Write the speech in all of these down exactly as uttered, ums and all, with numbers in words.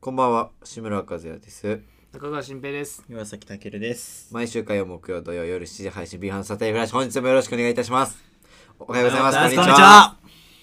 こんばんは、志村和也です。 中川新平です。 岩崎健です。 毎週火曜木曜土曜夜しちじ配信 B 班サタデーフラッシュ、本日もよろしくお願いいたします。おはようございます。こんにちは。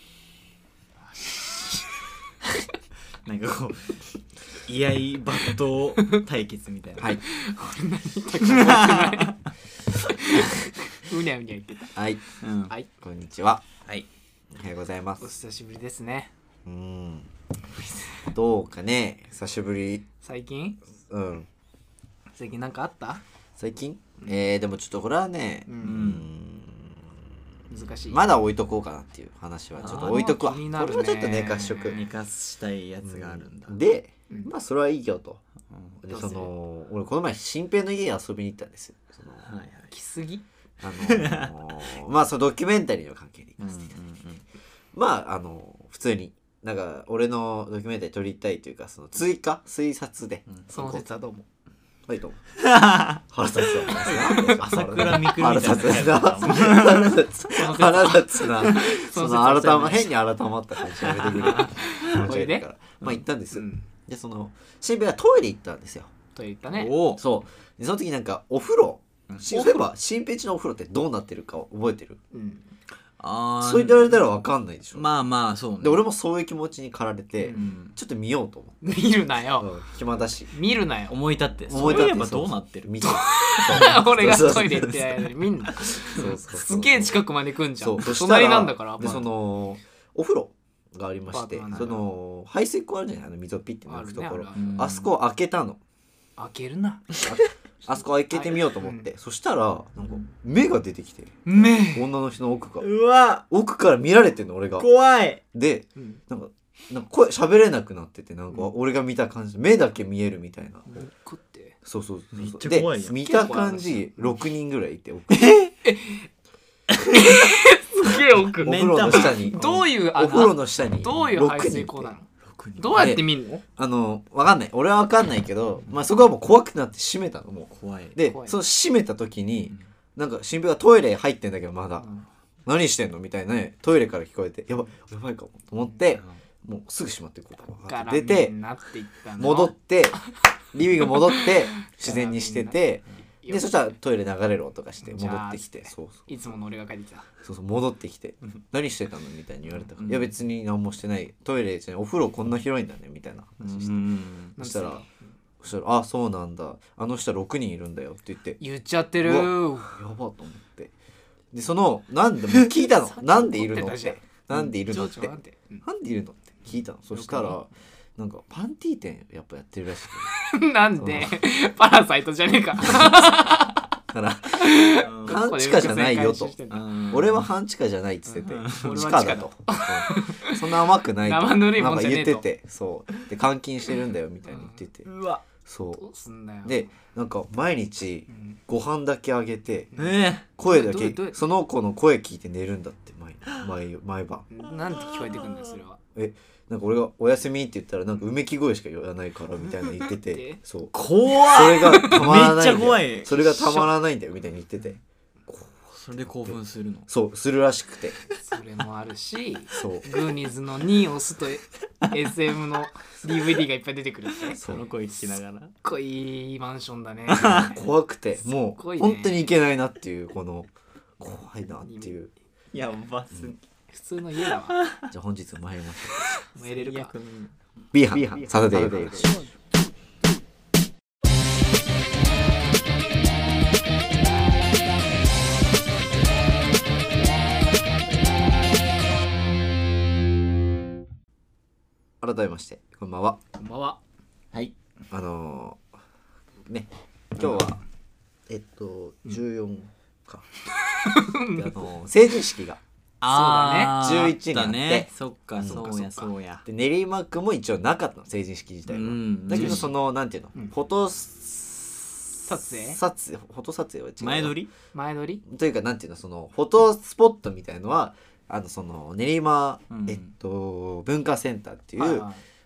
なんかこう居合抜刀対決みたいな。 はい。 俺何言ったか覚えてない。うにゃうにゃ言ってた。 はい、 うん、 はい。 こんにちは。 はい。 おはようございまおす。 久しぶりですね。 うーん。どうかね、久しぶり。 最近？ うん。 最近なんかあった？ 最近？えー、でもちょっとこれはね、 う。 うんん。 難しい。 まだ置いとこうかなっていう話はちょっと置いとくわ。 あー気になるね。 これはちょっと寝かしとく。 寝かしたいやつがあるんだ。 で、 うんまあそれはいいよと。 うん、 でどうするその俺この前新平の家に遊びに行ったんですよ。そのはいはい。 来すぎ？ あのー、まあそのドキュメンタリーの関係で行かせていただいて、 うんうんまああの普通になんか俺のドキュメンタリー撮りたいというかその追加推察で、 うんその説はどうも。 はいどうも腹立つわ朝倉未来みたいな腹立つな腹立つ腹立つなその改ま変に改まった感じやめてくれ気持ち悪いからまあ行ったんです、 うん。 でその新平がトイレ行ったんですよ。 と言ったね。 おお。 そうでその時なんかお風呂うんそういえば新平地のお風呂ってどうなってるか覚えてる？ うん。 ああ。 そう言われたら分かんないでしょ。 まあまあそうね。 で俺もそういう気持ちに駆られて、 ううんん、 ちょっと見ようと思って、 見るなよ。 うん、暇だし見るなよ。 思い立って思い立ってそういえばどうなってる見て俺がトイレってやるみんな。 そうそうそうすげえ近くまで来んじゃん。 そうそしたら隣なんだから。 でそのお風呂がありましてアパートなんだその排水口あるじゃないあの溝ピッて抜くところあるねあ,、 うんそこを開けたの開けるな。 あそこ開けてみようと思って、そしたらなんか目が出てきて目。 女の人の奥からうわ奥から見られてんの俺が怖い。 でうん。 なんかなんか声喋れなくなっててなんか俺が見た感じ目だけ見えるみたいな奥って。 そうそうそうそうめっちゃ怖いやんで見た感じろくにんぐらいいて奥すげえ奥。 お風呂の下にどういうお風呂の下にどういう排水口なの？ ろくにんどうやって見んの？ あのわかんない俺はわかんないけどまあそこはもう怖くなって閉めたのも怖い。 うで怖いその閉めた時になんか新平がトイレ入ってんだけどまだ何してんのみたいなねトイレから聞こえてやばいやばいかもと思ってもうすぐ閉まってくるから出てなっていったの戻ってリビング戻って自然にしててでそしたらトイレ流れる音がして戻ってきてじゃあそうそういつもの俺が帰ってきた。 そうそう戻ってきて何してたのみたいに言われたから、 うんいや別に何もしてないトイレじゃないお風呂こんな広いんだねみたいな話して、 うんそしたらそしたらあそうなんだあの下ろくにんいるんだよって言って言っちゃってる。 うやばと思ってでそのなんでもう聞いたのなんでいるのっ怒ってたじゃんてなんでいるのって情緒なんてうんなんでいるのって聞いたのそしたらなんかパンティー店やっぱやってるらしなんでパラサイトじゃねえか。 くだからうん半地下じゃないよとうん俺は半地下じゃないっつっててうん地下だとうんそんな甘くないと生ぬるいなんかもんじゃねえと言っててそうで監禁してるんだよみたいに言っててうわそどうすんだよ。 うでなんか毎日うんご飯だけあげてえ声だけどうどうどうその子の声聞いて寝るんだって毎毎毎晩なんて聞こえてくんだよそれは。 えなんか俺が「おやすみ」って言ったらなんかうめき声しか言わないからみたいな言っててでそう怖い。 それがたまらないんだよめっちゃ怖いそれがたまらないんだよみたいに言っててそれで興奮するの。 そうするらしくてそれもあるし、 そうグーニーズのに押すと エスエム の ディーブイディー がいっぱい出てくるって。 その声聞きながら。 かっこいいマンションだね。 怖くてもすごいうね本当にいけないなっていうこの怖いなっていうやばすぎ。 普通の家だわ。 じゃあ本日参りましょもう入れるか。 う B 班サタデーフラッシュ改めましてこんばんはこんばんは。 はい。 あのー、ね今日はえっとじゅうよんかであのー成人式があーじゅういちにあってあったね。そっか、 うんそうやそうや。 で練馬区も一応なかったの成人式自体は、 うんだけどそのなんていうの、 うんフォト撮影撮影フォト撮影は違う前撮り？ 前撮り？ というかなんていうのそのフォトスポットみたいのはあのその練馬、 うんえっと文化センターっていう、 はいはい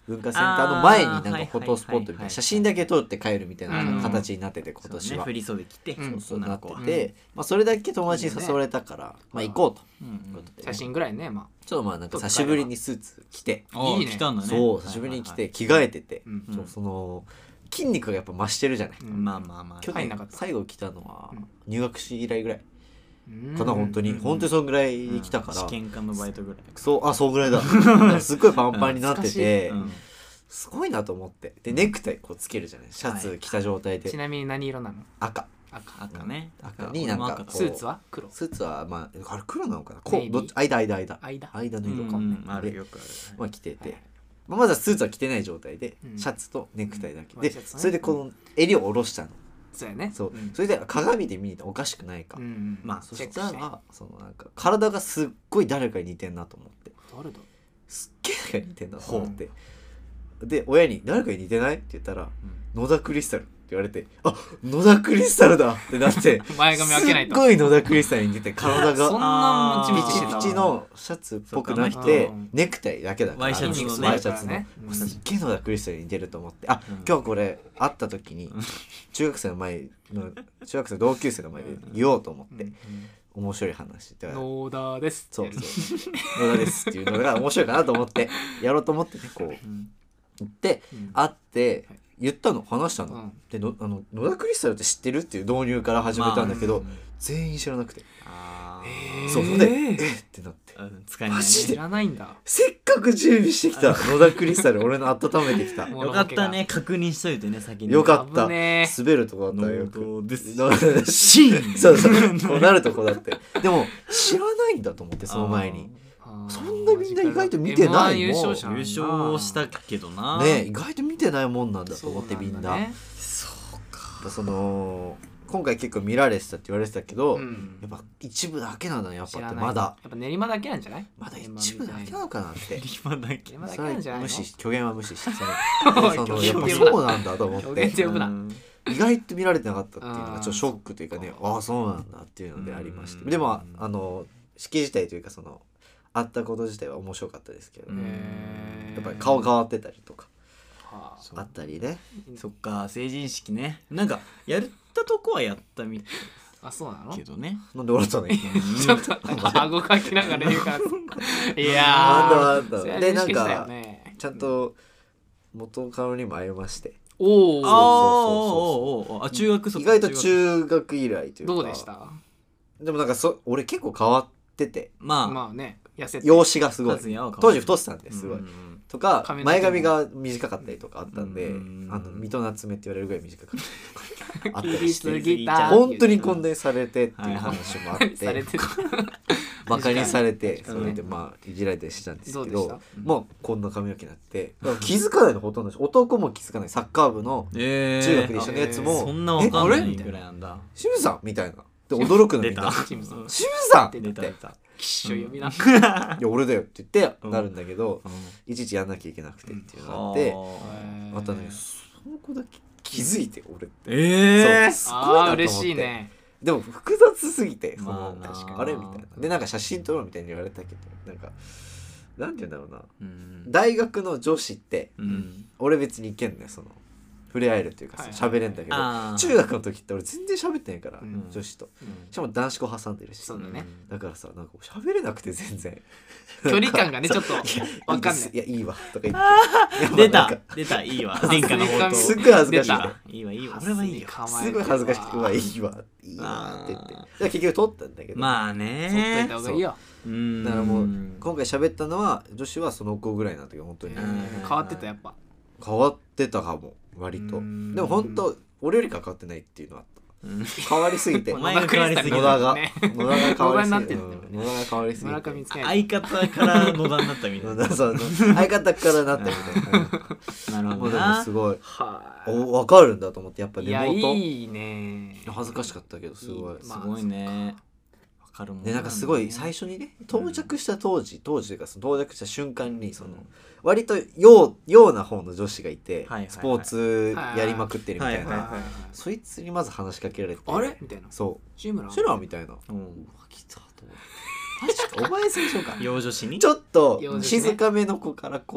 文化センターの前になんかあーフォトスポットみたいはいはいはいはない写真だけ撮って帰るみたいなうん形になってて今そう年はね振り袖着て、 うんそうそうなって女の子はて、まあ、それだけ友達に誘われたから、まあ行こうとうんいうことで、 写真ぐらいねまちょっとまあなんか久しぶりにスーツ着てあーいいね来たんだねそう久しぶりに着て着替えてて、 うんそうその筋肉がやっぱ増してるじゃない、 あ、 まあまあまあ去年入んなかった最後着たのはうん入学式以来ぐらいうんかな、本当に、 うん本当にそんぐらい来たから、 試験官のバイトぐらいそうあそうぐらいだなんかすっごいパンパンになってて、 うんすごいなと思ってでネクタイこうつけるじゃないシャツ着た状態で、 ちなみに何色なの？ 赤赤。 赤ね赤になんか俺も赤だこうスーツは黒。 スーツはまああれ黒なのかなこネイビーうどっち間間間間。 間のうん色かもね、 うんあるでよくあるまあ着てて、 はいまあ、まずはスーツは着てない状態で、 うんシャツとネクタイだけ、 うんでワイシャツねそれでこの襟を下ろしたの、 そうやね。 そう、 んそれで鏡で見に行っておかしくないか、 うんうん。 まあそしチェックして。 たらそのなんか体がすっごい誰かに似てんなと思って誰だ？ すっげえ誰かに似てんなと思ってで親に「誰かに似てない?」って言ったら「野田クリスタル」って言われて「あ野田クリスタルだ!」ってなって前髪開けないと。 すっごい野田クリスタルに似て体そんがなムチムピチチしてたわ。 ピチのシャツっぽくなくそうてかうんネクタイだけだからワイシャツのねワイシャツのねうんすっげえ野田クリスタルに似てると思ってあうん今日これ会った時に中学生の前の中学生の同級生の前で言おうと思って面白い話だから野田です。 そうそう野田ですっていうのが面白いかなと思ってやろうと思ってねこううん言ってうん会ってはい言ったの話したの、 うんでのあの野田クリスタルって知ってるっていう導入から始めたんだけど、 まあ全員知らなくて、 あへーそうそんでえっってなってーうん使えないねマジで知らないんだ。 せっかく準備してきた野田クリスタル俺の温めてきたもうよかったね確認しといてね先によかった危ね滑るとこだったよよくノートですノートシーンそうそうこうなるとこだってでも知らないんだと思ってその前にあーそんなみんな意外と見てないエムワン 優もん勝者なん優だ勝したけどなね意外と見てないもんなんだと思ってみんなそうだねそうかその今回結構見られてたって言われてたけど、 うんやっぱ一部だけなんだねやっぱ知らないってまだやっぱ練馬だけなんじゃない？ まだ一部だけなのかなって今だけ練馬だけそれなんじゃないの？ 無視虚言は無視してそおいのそのやっぱ虚言そうなんだと思っ虚言て強くなうん意外と見られてなかったっていうのがあーちょっとショックというかねそっかああそうなんだっていうのでありましてうんでもあの式自体というかその会ったこと自体は面白かったですけどうんねへーやっぱり顔変わってたりとかはあそうあったりねそっか成人式ねなんかやったとこはやったみたいあそうなの？ けどねなんで笑ったの今ちょっと顎かきながら言うからいやなんだなんだーそれはでなん認識したよかねちゃんと元カノにも会えましておおあーおーおーおーあ中学卒意外と学中学以来というかどうでした？ でもなんかそ俺結構変わっててまあまあね痩せて容姿がすごい和也は変わる当時太ってたんですごい、 うんうんとか髪の毛も前髪が短かったりとかあったんで、 うんあの水戸夏目って言われるぐらい短かったりとかあった切りすりしてぎた本当にこんなにされてっていう話もあって、 されてるバカにされて確かにそれでまあいじられたりしたんですけどうでしたどもうこんな髪の毛になってだから気づかないのほとんどです男も気づかないサッカー部のえー中学で一緒のやつもそんなわかんなえあれいぐらいなんだ清水さんみたいなで驚くのみんな出たチームさん清水さんって出言ってた出たきっしょ読みな、 いや俺だよって言ってうんなるんだけど、 うんいちいちやんなきゃいけなくてっていうのがあって、 はまたねその子だけ気づいて俺ってええそうすごいなと思ってああ嬉しいねでも複雑すぎてその、 まあな確かあれみたいなでなんか写真撮ろうみたいに言われたけどなんかなんて言うんだろうなうん大学の女子ってうん俺別にいけんのよその触れ合えるっていうかさはい喋れんだけどあー中学の時って俺全然喋ってないから、 うん女子とうんしかも男子校挟んでるしそうだねだからさなんか喋れなくて全然距離感がねちょっとわかんないいやいいわとか言って出たいやなんか出たいいわ殿下の宝刀すっごい恥ずかしい出たいいわいいわ俺はいいよすごい恥ずかしくてうわいいわいいわって言ってで結局撮ったんだけど、 まあそっといねた方がいいようんだからもう今回喋ったのは女子はその子ぐらいなんだけど本当にうん変わってたやっぱ変わってたかも割とうんでも本当俺よりか変わってないっていうのはあっうんた変わりすぎてお野前が変わりすぎる田がね野田が変わりすぎ野田になっててんだようん野田が変わりすぎ村て上つけない相方から野田になったみたいな野田さんの相方からなったみたいななるもうでもほどなすごいはお分かるんだと思ってやっぱいや根元いいね恥ずかしかったけどすごいいいまあすごいねわかるもんでなんかすごい最初にね到着した当時当時というかその到着した瞬間にその割とようような方の女子がいて、 はいはいはいスポーツやりまくってるみたいな、 はいはいはいそいつにまず話しかけられてあれみたいなそう志村シュラみたいなうわうん来たと思ってマジかお前最初か養女子にちょっと幼女子ね静かめの子からこう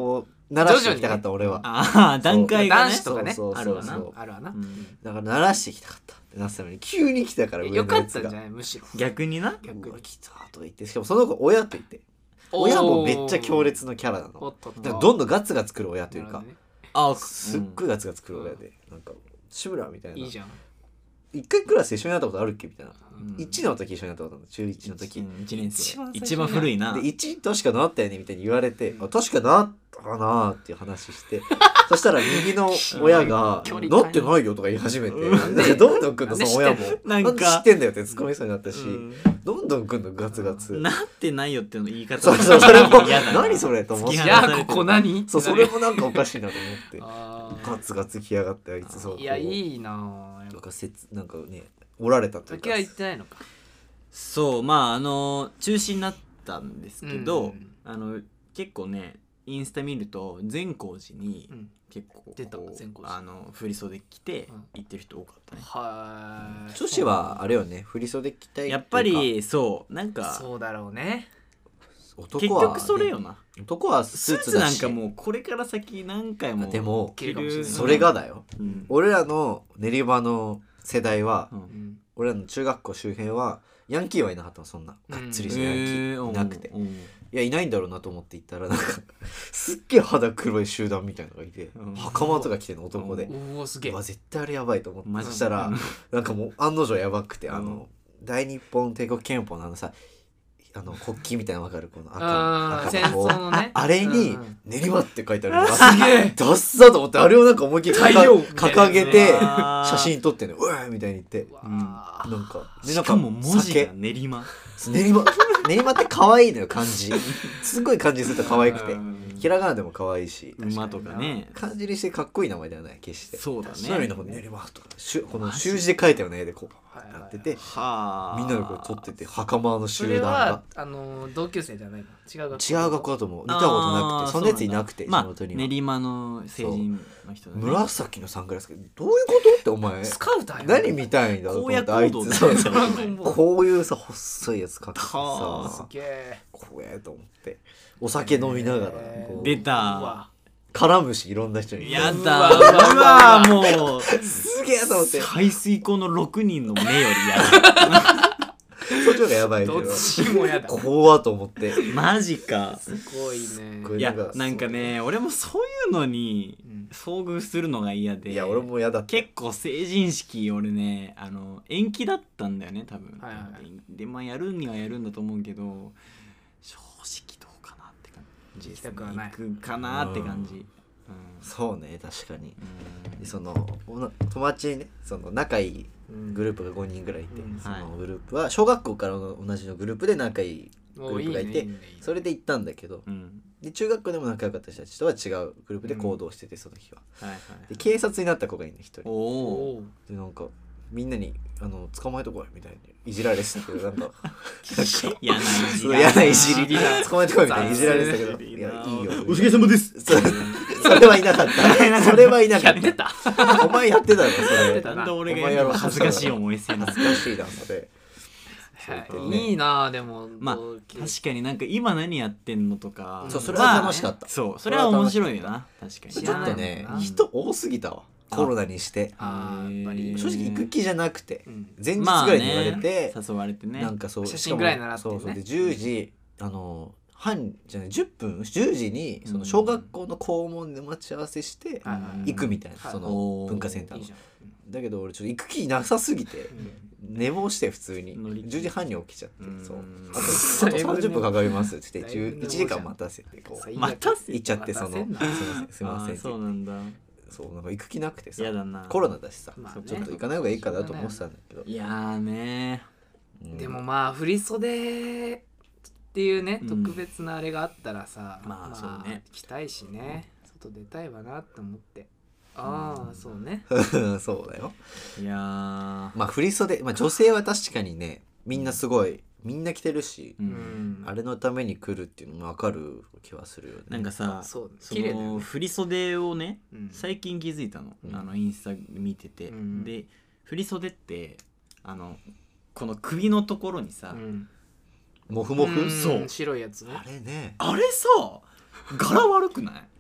鳴らしていきたかった俺は。 ああ段階がね男子とかねそうそうあるわなそうそうあるわな、 うんだから鳴らしていきたかったってなってたのに急に来たからえ上よかったんじゃのやつがないむしろ逆にな逆にうわ来たとか言ってしかもその子親と言って親もめっちゃ強烈のキャラなのおっとっとだからどんどんガツガツくる親というかなるほどねあすっごいガツガツくる親でなんか志村みたいないいじゃん一回クラス一緒になったことあるっけみたいなうんいちの時一緒になったことあるの中いちの時うん一年生一番最初一番古いなでいち確かなったよねみたいに言われて、あ確かなったかなっていう話してそしたら右の親が距離感なってないよとか言い始めてなんかどんどん来んのその親もなんかなんで知ってんだよってツッコミそうになったし、 うんどんどん来んのガツガツなってないよっていうの言い方そうそうそれも嫌だな何それと思って突きいや放されてるここ何そうそれもなんかおかしいなと思ってあーガツガツ来やがってあいつそういやいいなぁなんかせつなんかねおられたというか時は言ってないのかそうまああの中止になったんですけど、 うんあの結構ねインスタ見ると善光寺にうん結構こう出た善光寺あの振り袖着てうん行ってる人多かったね、 は女子はあれよね振り袖着たいっていうかやっぱりそうなんかそうだろうね結男は、 局それよな、 男はススーーツなんツだしかもうこれから先何回もでも着るそれがだようん俺らの練馬の世代は、 うんうん俺らの中学校周辺はヤンキーはいなかったのそんながっつりしたヤンキーいなくて、 うんいやいないんだろうなと思って行ったらなんかすっげえ肌黒い集団みたいなのがいて、 うん袴とか着てるの男で、 おおすげえうわ絶対あれやばいと思ってマジそしたらなんかもう案の定やばくて、 うんあの大日本帝国憲法のあのさあの国旗みたいなの分かるこの赤あー戦赤のこう争のねあれにうんうん 「練馬」って書いてあるのすげえダッサと思ってあれをなんか思いっきり大量掲げてあー写真撮ってんのうわーみたいに言ってうわなんーかでしなんかかも文字が酒練馬練馬練馬って可愛いのよ漢字すごい漢字すると可愛くてうんひらがなでも可愛いし馬とかね漢字にしてかっこいい名前ではない決してそうだねちなみになんか練馬とかしゅこの習字で書いたような絵でこうはいはいやっててはあみんなでこう撮ってて袴のそれ集団はがあの同級生じゃないの違う学校違う学校だと思う見たことなくあーてそんなやついなくてそうなんだ地元にはまあ練馬の成人の人だね紫のサングラスどういうことってお前スカウターや何見たいんだと思ってあい荒野行動つそうそうドラゴンボールこういうさ細いやつかけてはさすげえ怖えと思ってお酒飲みながらへーこう出たうわ絡むしいろんな人にやうだわうわうわもうすげえと思って排水溝のろくにんの目よりやそっちの方がやばいけどどっちもやだ怖っと思ってるマジかすごいねこれいやなんかね俺もそういうのにうん遭遇するのが嫌でいや俺も嫌だって結構成人式俺ねあの延期だったんだよね多分、 はいはいはいでまあやるにはやるんだと思うけど正直どうかなって感じですね行きたくはない行くかなって感じ、 ううんんそうね確かにうんでそのおな友達にねその仲いいうんグループがごにんぐらいいて、 うんそはいのグループは小学校からの同じのグループで仲いいおグループがいてねねねそれで行ったんだけどうんで中学校でも仲良かった人たちとは違うグループで行動してて、その日ははいはいで警察になった子がいるの一人おおおでなんかみんなにあの捕まえとこいみたいにいじられてたけどなんか嫌ないじそうり嫌ないじりいじりだ捕まえてこいみたいにいじられてたけど雑いやないいよお疲れ様ですそそれはいなかったそれはいなかっやってたたお前やってたのそれやってたなんで俺お前やろうが恥ずかしい思いせな恥ずかしいなそれはいいいなあでもまあ同級確かになんか今何やってんのとかそうそれは楽しかったまあそうそれは面白いよな確かにち知らないょっとねもんな人多すぎたわコロナにしてあーやっぱり正直行く気じゃなくてうん前日ぐらいに言われてまあね誘われてねなんかそう写真ぐらい習ってねそうそうでじゅうじあの半じゃないじゅっぷんじゅうじにその小学校の校門で待ち合わせしてはいはい行くみたいなはいそおーの文化センターのいいじゃんだけど俺ちょっと行く気なさすぎてうん寝坊して普通に乗り継ぎじゅうじはんに起きちゃってうんそうあとあとさんじゅっぷんかかりますって言ってだいぶ寝坊いちじかん待たせてこう最悪待たせ行っちゃってそのすい待たせんなませんすいませんあーそうなんだそうなんか行く気なくてさ嫌だなコロナだしさまあねちょっと行かない方がいいかなと思ってたんだけどいやーねうんでもまあ振り袖っていうねうん特別なあれがあったらさまあそうね着たいしね外出たいわなって思ってああそうねそうだよいやーまあ振り袖、まあ、女性は確かにねみんなすごいみんな着てるし、 ううんんあれのために来るっていうのも分かる気はするよねなんかさそうそ綺麗だよねの振り袖をねうん最近気づいたのうんあのインスタ見ててうんで振り袖ってあのこの首のところにさうんモフモフ、 んそう白いやつねあれねあれさ柄悪くない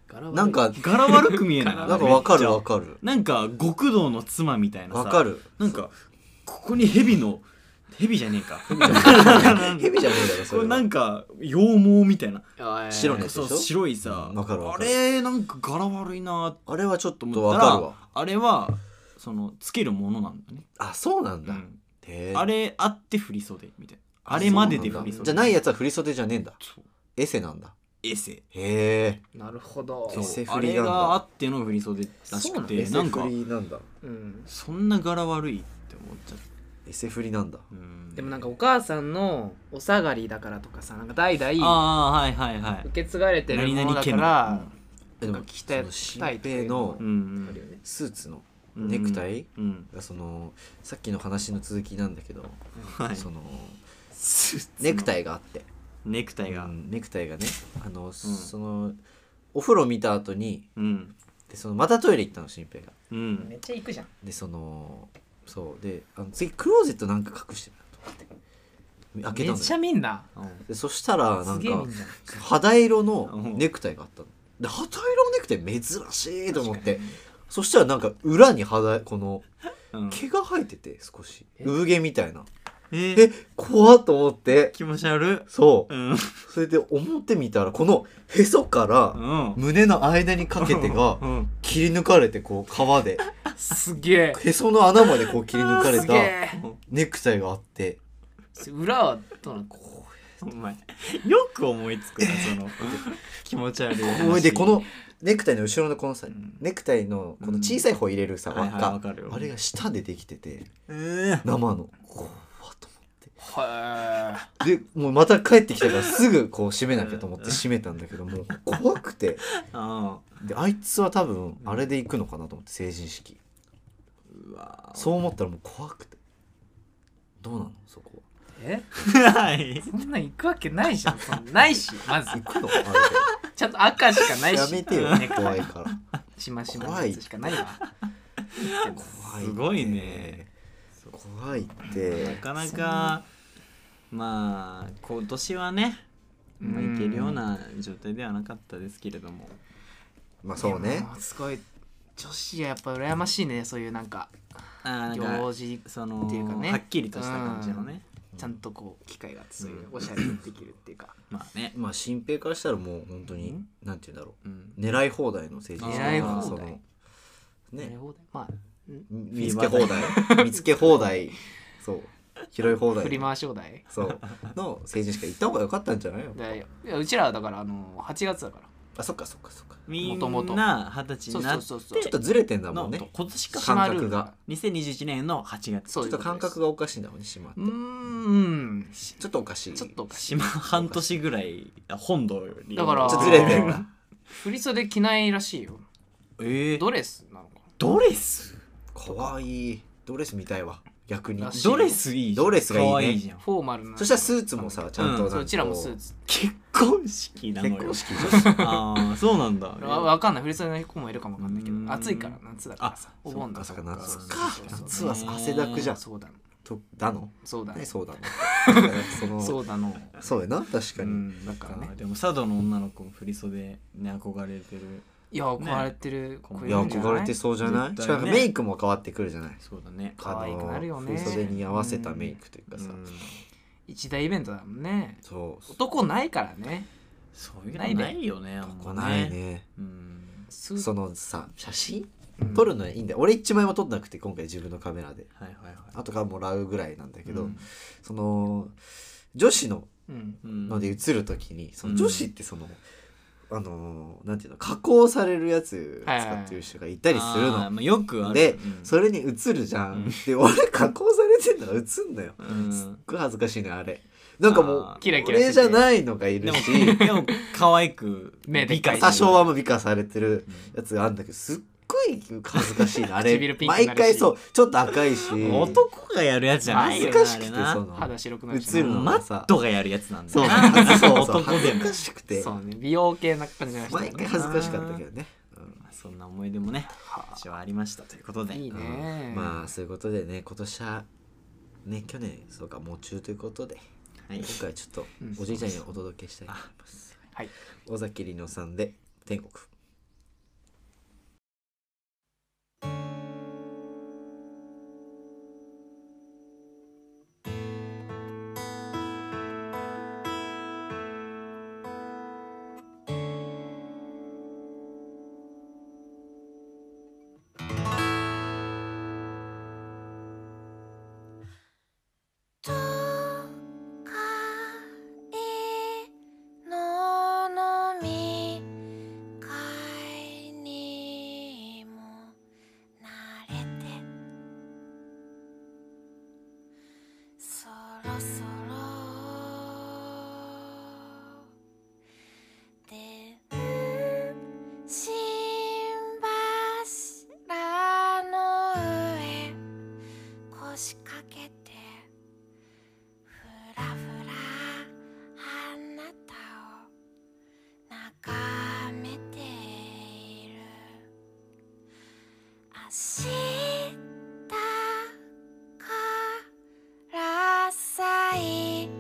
柄悪いなんか柄悪く見えないなんかわかるわかるなんか極道の妻みたいなさわかるなんかここに蛇の蛇じゃねえか蛇じゃねえだろそこれれはなんか羊毛みたいなあ白のやつでしょそう白いさ、 うんわかるわかるあれなんか柄悪いなあれはちょっとと思ったらわかるわあれはそのつけるものなんだね、 あそうなんだ、 うんへーあれあって振り袖みたいなあれまでで振り袖じゃないやつは振り袖じゃねえんだそうエセなんだエセへえなるほどそうエセあ振りなんだれがあっての振り袖らしくてエセなんか振りなんだうんそんな柄悪いって思っちゃう、 エセ振りなんだうんでもなんかお母さんのお下がりだからとかさなんか代々 ああはいはいはい受け継がれてるものだ何々家のからえでも着てその新たいってい平うのはのうんあるよねスーツのうんネクタイうんがそのさっきの話の続きなんだけど、 はいそのスーツのネクタイがあってネクタイがうんネクタイがねあの、そのお風呂見た後にうんでそのまたトイレ行ったの新平がうんめっちゃ行くじゃんでそのそうであの次クローゼットなんか隠してるなと思って開けたのめっちゃ見んなでそしたらなんかすげえ見んじゃん肌色のネクタイがあったので肌色のネクタイ珍しいと思ってそしたらなんか裏に肌このうん毛が生えてて少しえ産毛みたいなええ怖っと思って気持ち悪そううんそれで表見たらこのへそからうん胸の間にかけてがうん切り抜かれてこう皮ですげえへその穴までこう切り抜かれすたげえネクタイがあって裏はどうなのお前よく思いつくなその気持ち悪い話これでこのネクタイの後ろのこのさ、 んネクタイのこの小さい方入れるさ、 うんはいはい輪っわかるよかあれが下でできててえー生の怖っとは思ってでもうまた帰ってきたからすぐこう閉めなきゃと思って閉めたんだけどもう怖くてあであいつは多分あれで行くのかなと思って成人式ーうわそう思ったらもう怖くてどうなのそこえはいそんなん行くわけないじゃんそんなないしまずは行くのあれちゃんと赤しかないしでやめてよネクタイ怖いからしましまのやつしかないわ怖いすごいね怖いってなかなかまあ今年はね、まあ、いけるような状態ではなかったですけれどもまあそうねでもすごい女子はやっぱ羨ましいねそういうなんかあーなんか行事そのっていうかねはっきりとした感じのね、 ちゃんとこう機会があってそういうおしゃれにできるっていうかまあね、 まあ新平からしたらもう本当にうんなんて言うんだろうん、 う狙い放題の成人式狙い放題そのねね放題まあ見つけ放題見つけ放題そう拾い放題振り回し放題そうの成人式行った方が良かったんじゃないよでいやうちらはだからあのはちがつだからあそっかそっかそっかみもともとんな二十歳そうになってそうそうそうちょっとずれてんだものんね今年か閉まる感覚がにせんにじゅういちねんのはちがつそうちょっと感覚がおかしいんだもんね島ってうーんちょっとおかしいちょっとおかしい島半年ぐらい本土よりだからちょっとずれてんだ振り袖着ないらしいよえー、 ドレスなのかドレスかわいいドレス見たいわ逆にらしいドレスいいじゃんドレスがいいね可愛いじゃんなフォーマルなそしたらスーツもさちゃんとなんかこそううちらもスーツ結婚式なのよ結婚式女子ああそうなんだわわかんない振り袖の子もいるかもわかんないけうんど暑いから夏だからさお盆だそっからか夏かそうそうそう夏は汗だくじゃんそうだのとだのそうだのねそうだのそのそうだのそうやな確かに、 うんだからねでも佐渡の女の子も振り袖に憧れてるいや憧れてる子いやいるんじゃない憧れてそうじゃない、 絶対ねしかもメイクも変わってくるじゃないそうだね可愛くなるよねあの振袖に合わせたメイクというかさ、 うん一大イベントだもんねそう男ないからねそういうのないよねあんここまないねうんスーそのさ写真うん撮るのはいいんだよ俺一枚も撮んなくて今回自分のカメラではいはいはい後からもらうぐらいなんだけど、 うんその女子のうんうんので映る時にその女子ってその、あのーなんていうの加工されるやつ使ってる人がいたりするの、 あーまあよくあるで、 うんそれに映るじゃん、 うんで俺加工されてんのが映んのよ、 うんすっごい恥ずかしいのよあれなんかもうあーキラキラしてて俺じゃないのがいるでもしでも可愛く目で理解多少はもう美化されてるやつがあるんだけどすっごい恥ずかしいのあれ唇ピンクになるし毎回そうちょっと赤いし男がやるやつじゃないよな恥ずかしくてあれなその肌白くなるし映るのマがさットがやるやつなんだそうよなそうそう男でも恥ずかしくてそうね美容系な感じがした毎回恥ずかしかったけどね、うんそんな思い出もね私はありましたということでいいねまあそういうことでね今年はね去年そうかもう中ということではい今回ちょっとうんおじいちゃんにお届けしたいと思います、 はい尾崎里乃さんで天国そろ電信柱の上腰掛けてふらふらあなたを眺めている明日から咲い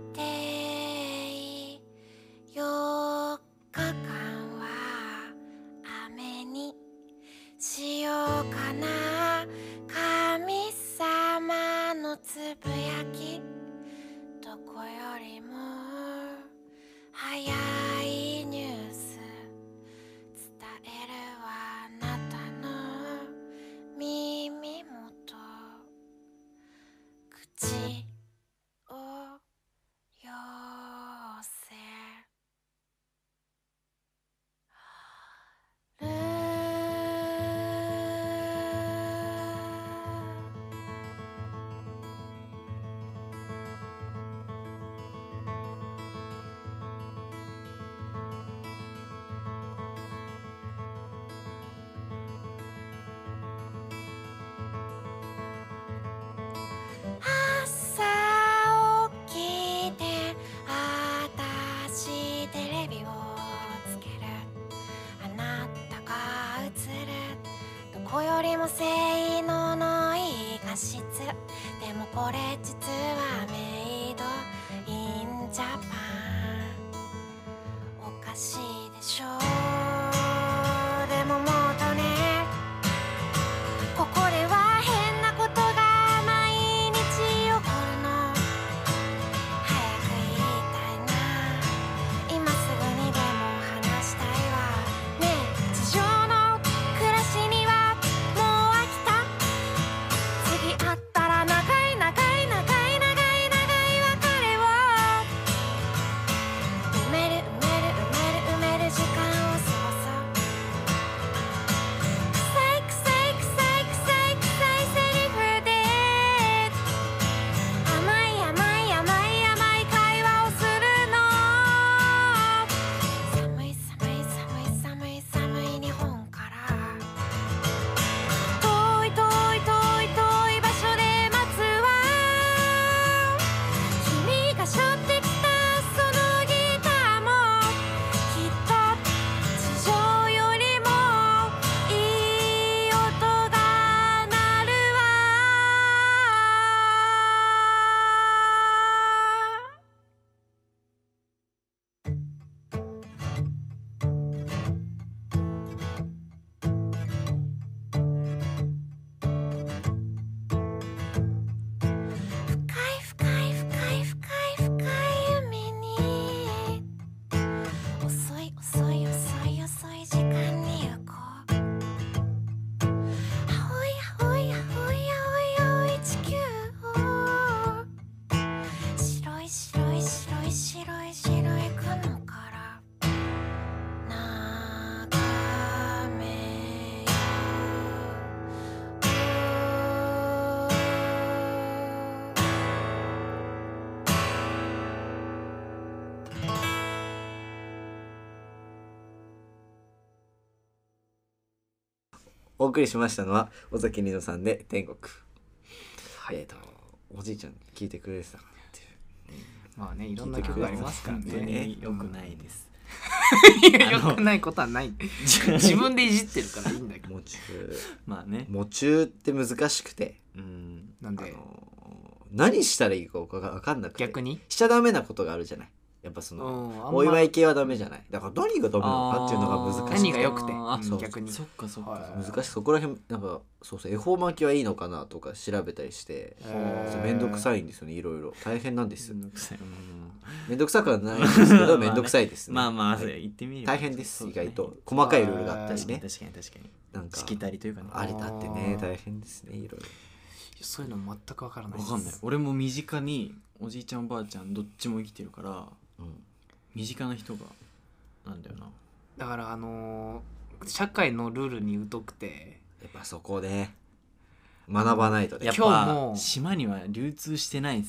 てよっかかんは雨にしようかな神様のつぶやきどこよりも早いニュース伝えるわあなたの耳元口を寄せる朝起きてあたしテレビをつけるあなたが映るどこよりも性能のいい画質でもこれ実はメイドインジャパンおかしいでしょでももっとねここでは変なことが毎日起こるの早く言いたいな今すぐにでも話したいわねえ地上の暮らしにはもう飽きた次会ったら長い長い長い長い長い別れを埋める埋める埋める埋める時間を過ごそう臭い臭い臭い臭い臭いセリフで甘い甘い甘い甘い会話をするの寒い寒い寒い寒い寒い日本から遠い遠い遠い遠い場所で待つわ君が背負ってきたそのギターもきっと地上よりもいい音が鳴るわ深い深い深い深い深い海に遅い遅い遅い遅い時間に行こう青い青い青い青い青い地球を白い白い白い白い白い雲から眺めよお送りしましたのは尾崎里乃さんで天国。えっとおじいちゃん聞いてくれてたかなっていうまあねいろんな曲ありますから本当ねに良くないです、 いやよくないことはない自分でいじってるからいいんだけど喪中まあね喪中って難しくてうんなんであの何したらいいか分かんなくて逆にしちゃダメなことがあるじゃないやっぱそのうんあんまお祝い系はダメじゃないだから何がダメなのかっていうのが難しい何が良くてあーそう逆にそっかそっか、 はい難しいそこら辺なんかそうそう恵方巻きはいいのかなとか調べたりしてへーめんどくさいんですよねいろいろ大変なんですめんどくさいうんめんどくさくはないんですけどめんどくさいですねまあまあ、 はい言ってみれば大変ですそうだね意外と細かいルールがあったりね確かに確かになんかしきたりというかねありだってね大変ですねいろいろそういうの全く分からないわかんない俺も身近におじいちゃんおばあちゃんどっちも生きてるからうん身近な人がなんだよなだからあのー社会のルールに疎くてやっぱそこで学ばないとねやっ今日もぱ島には流通してないさ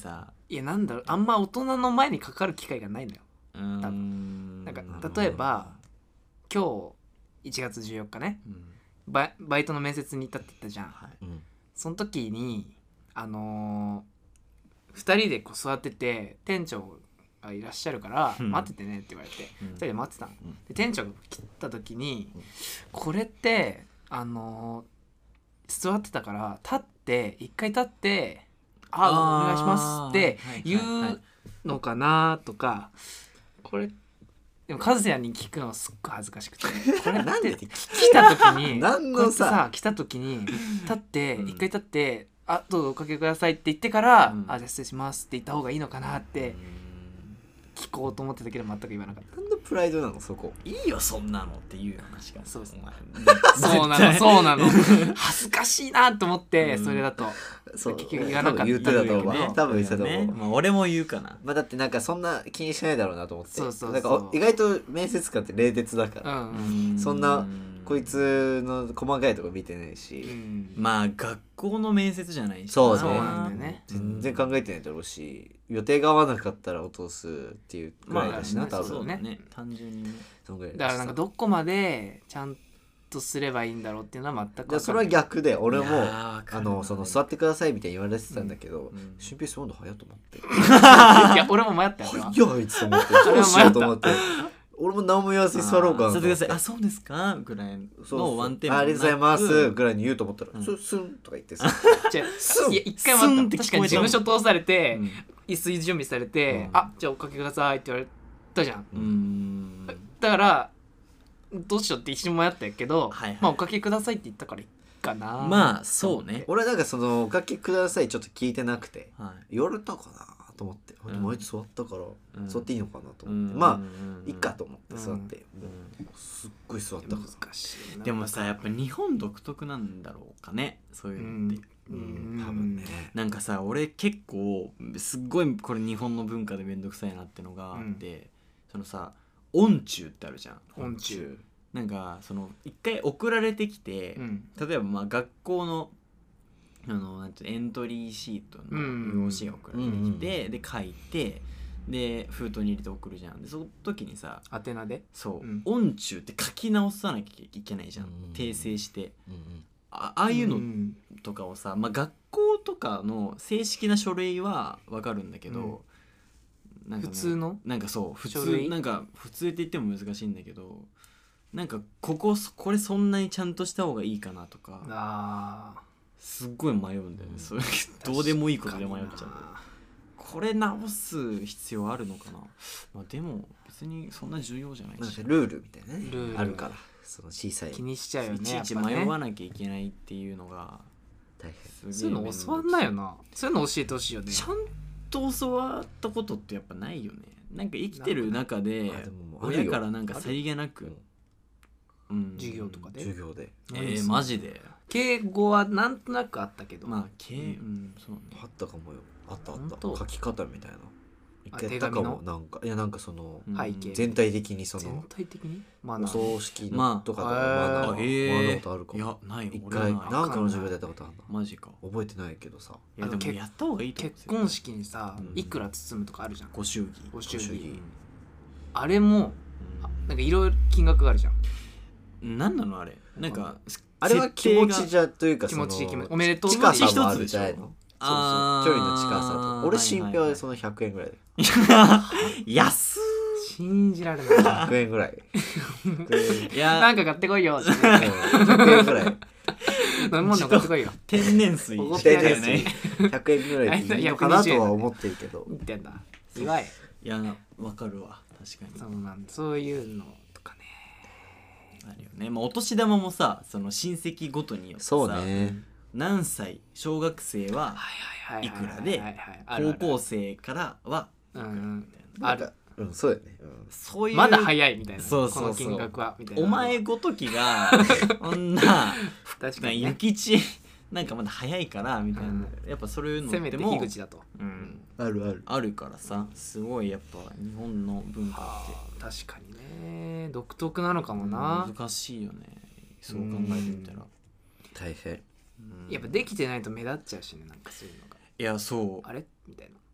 いやなんだろう、あんま大人の前にかかる機会がないのよ。 うーん多なんか例えば今日いちがつじゅうよっかね、 うんバイバイトの面接に行ったって言ったじゃん。 はいうんその時にあのー、ふたりでこう座ってて店長がいらっしゃるからうん待っててねって言われて、 うんふたりで待ってたの、 うんで店長が来た時に、 うんこれってあのー、座ってたから立って一回立って「ああーお願いします」って言はいはいはいうのかなとか、これでも和也に聞くのすっごい恥ずかしくて、これなんでって来た時に何のこうやってささ来た時に立ってうん一回立って「あどうぞおかけください」って言ってから「 うんあじゃあ失礼します」って言った方がいいのかなって聞こうと思ってたけど全く言わなかった。 何のプライドなのそこ。 いいよそんなのっていう話がそうそうお前そうなのそうなの恥ずかしいなと思って、 うんそれだとそう結局言わなかった多分言ってたと思う、 ね多分言ってたと思う、 ねまあ俺も言うかなまあだってなんかそんな気にしないだろうなと思って、 そうそうそうなんかお意外と面接官って冷徹だから、 うんうんそんなこいつの細かいとこ見てないし、 うんまあ学校の面接じゃないしそうねそうなんだよね全然考えてないだろうし、予定が合わなかったら落とすっていうぐらいだしな、 まあ多分そうだね単純にねそのぐらいだからなんかどこまでちゃんとすればいいんだろうっていうのは全く分かんない。 でそれは逆で俺もいやーわかあるなのその座ってくださいみたいに言われてたんだけどうん俊平座るの早いと思っていや俺も迷ったよ。 早いあいつと思ってどうしようと思って俺も何も言わずに座ろうかなと思って座ってくださいあそうですかぐらいそうそうのワンテンポあありがとうございますなくぐらいに言うと思ったらうんススンとか言ってさじゃあスンいや一回スンっ待ってた。確かに事て聞こえたもん務所通されて、 うん椅子準備されて、 うんあじゃあおかけくださいって言われたじゃん。 うーんだからどうしようって一瞬迷ったけど、 はいはいまあおかけくださいって言ったからいいかな。 まあそうね俺なんかそのおかけくださいちょっと聞いてなくてはい言われたかなと思って、 うんでもあいつ座ったから、 うん座っていいのかなとうん思って、まあうんいっかと思って座って、 うんもうすっごい座ったから難しいな。 でもさやっぱ日本独特なんだろうかねそういうのって、 うん多分ねなんかさ俺結構すっごいこれ日本の文化でめんどくさいなってのがあって、そのさ音中ってあるじゃん。 音中なんかその一回送られてきて、 うん例えばまあ学校のあのなんていうのエントリーシートの用紙が送られてきて、で書いてで封筒に入れて送るじゃん。でその時にさ宛名でそう、 うん音中って書き直さなきゃいけないじゃん、 うん訂正してうんうんあああいうのんとかをさ、まあ、学校とかの正式な書類は分かるんだけど、なんかね普通のなんかそう普書類通なんか普通って言っても難しいんだけどなんかこここれそんなにちゃんとした方がいいかなとかあすっごい迷うんだよね、 うんそれどうでもいいことで迷っちゃうこれ直す必要あるのかな、まあ、でも別にそんな重要じゃないしなんかルールみたいなねルールあるからその小さい気にしちゃうよね。 いちいちやっぱね迷わなきゃいけないっていうのが大変すそういうの教わんないよな。そういうの教えてほしいよね。 ちゃんと教わったことってやっぱないよね。なんか生きてる中であでももうあるよ親からなんかさりげなく、うん授業とかで授業でえー、マジで敬語はなんとなくあったけど、 まあけうんそうねあったかもよあったあった本当書き方みたいな一あ回やったか手紙のもなんかいやなんかそのうん背景全体的にそ全の体的にマおナー葬式まあのとかでもあマナーあはへ学んだえことあるかもいやない一俺ない回なんかの授業でやったことあるなマジか覚えてないけどさいやあのでもやった方がいいと思う結婚式にさ、 うんいくら包むとかあるじゃん。 ご祝儀ご祝儀ご祝儀あれもあなんかいろいろ金額があるじゃん。 うんなんなのあれなんかあれは気持ちじゃゃというか気持ちその気持ちおめでとう近気持ちさもある一つでしょじゃないのそうそうあー距離の近さと俺新はいはいは平はいそのひゃくえんぐらいで安信じられないひゃくえんぐらいひゃくえんいやなんか買ってこいよ。 うんひゃくえんぐらい飲み物買ってこいよ。 天然水おごっしててやるやつたよねひゃくえんぐらいでいいのかなとは思ってるけど言ってんだ。祝い。 いやわかるわ確かにそうなんだ。そういうのとかね。 あるよね、まあ、お年玉もさその親戚ごとによってさそうね何歳小学生ははいはいいくらで高高校生からはうんうんみたいなある。 うんそうだよねうんそういうまだ早いみたいな。 そうそうそうこの金額はみたいな。 お前ごときがこんな確かにね。 諭吉なんかまだ早いからみたいな、 うんやっぱそういうのせめってもて樋口だと。 うん、 あるあるあるからさすごいやっぱ日本の文化って確かにね。独特なのかもな。 難しいよねそう考えてみたら、 大変うんやっぱできてないと目立っちゃうしね。なんかそういうのが。 いやそうあれみたいな。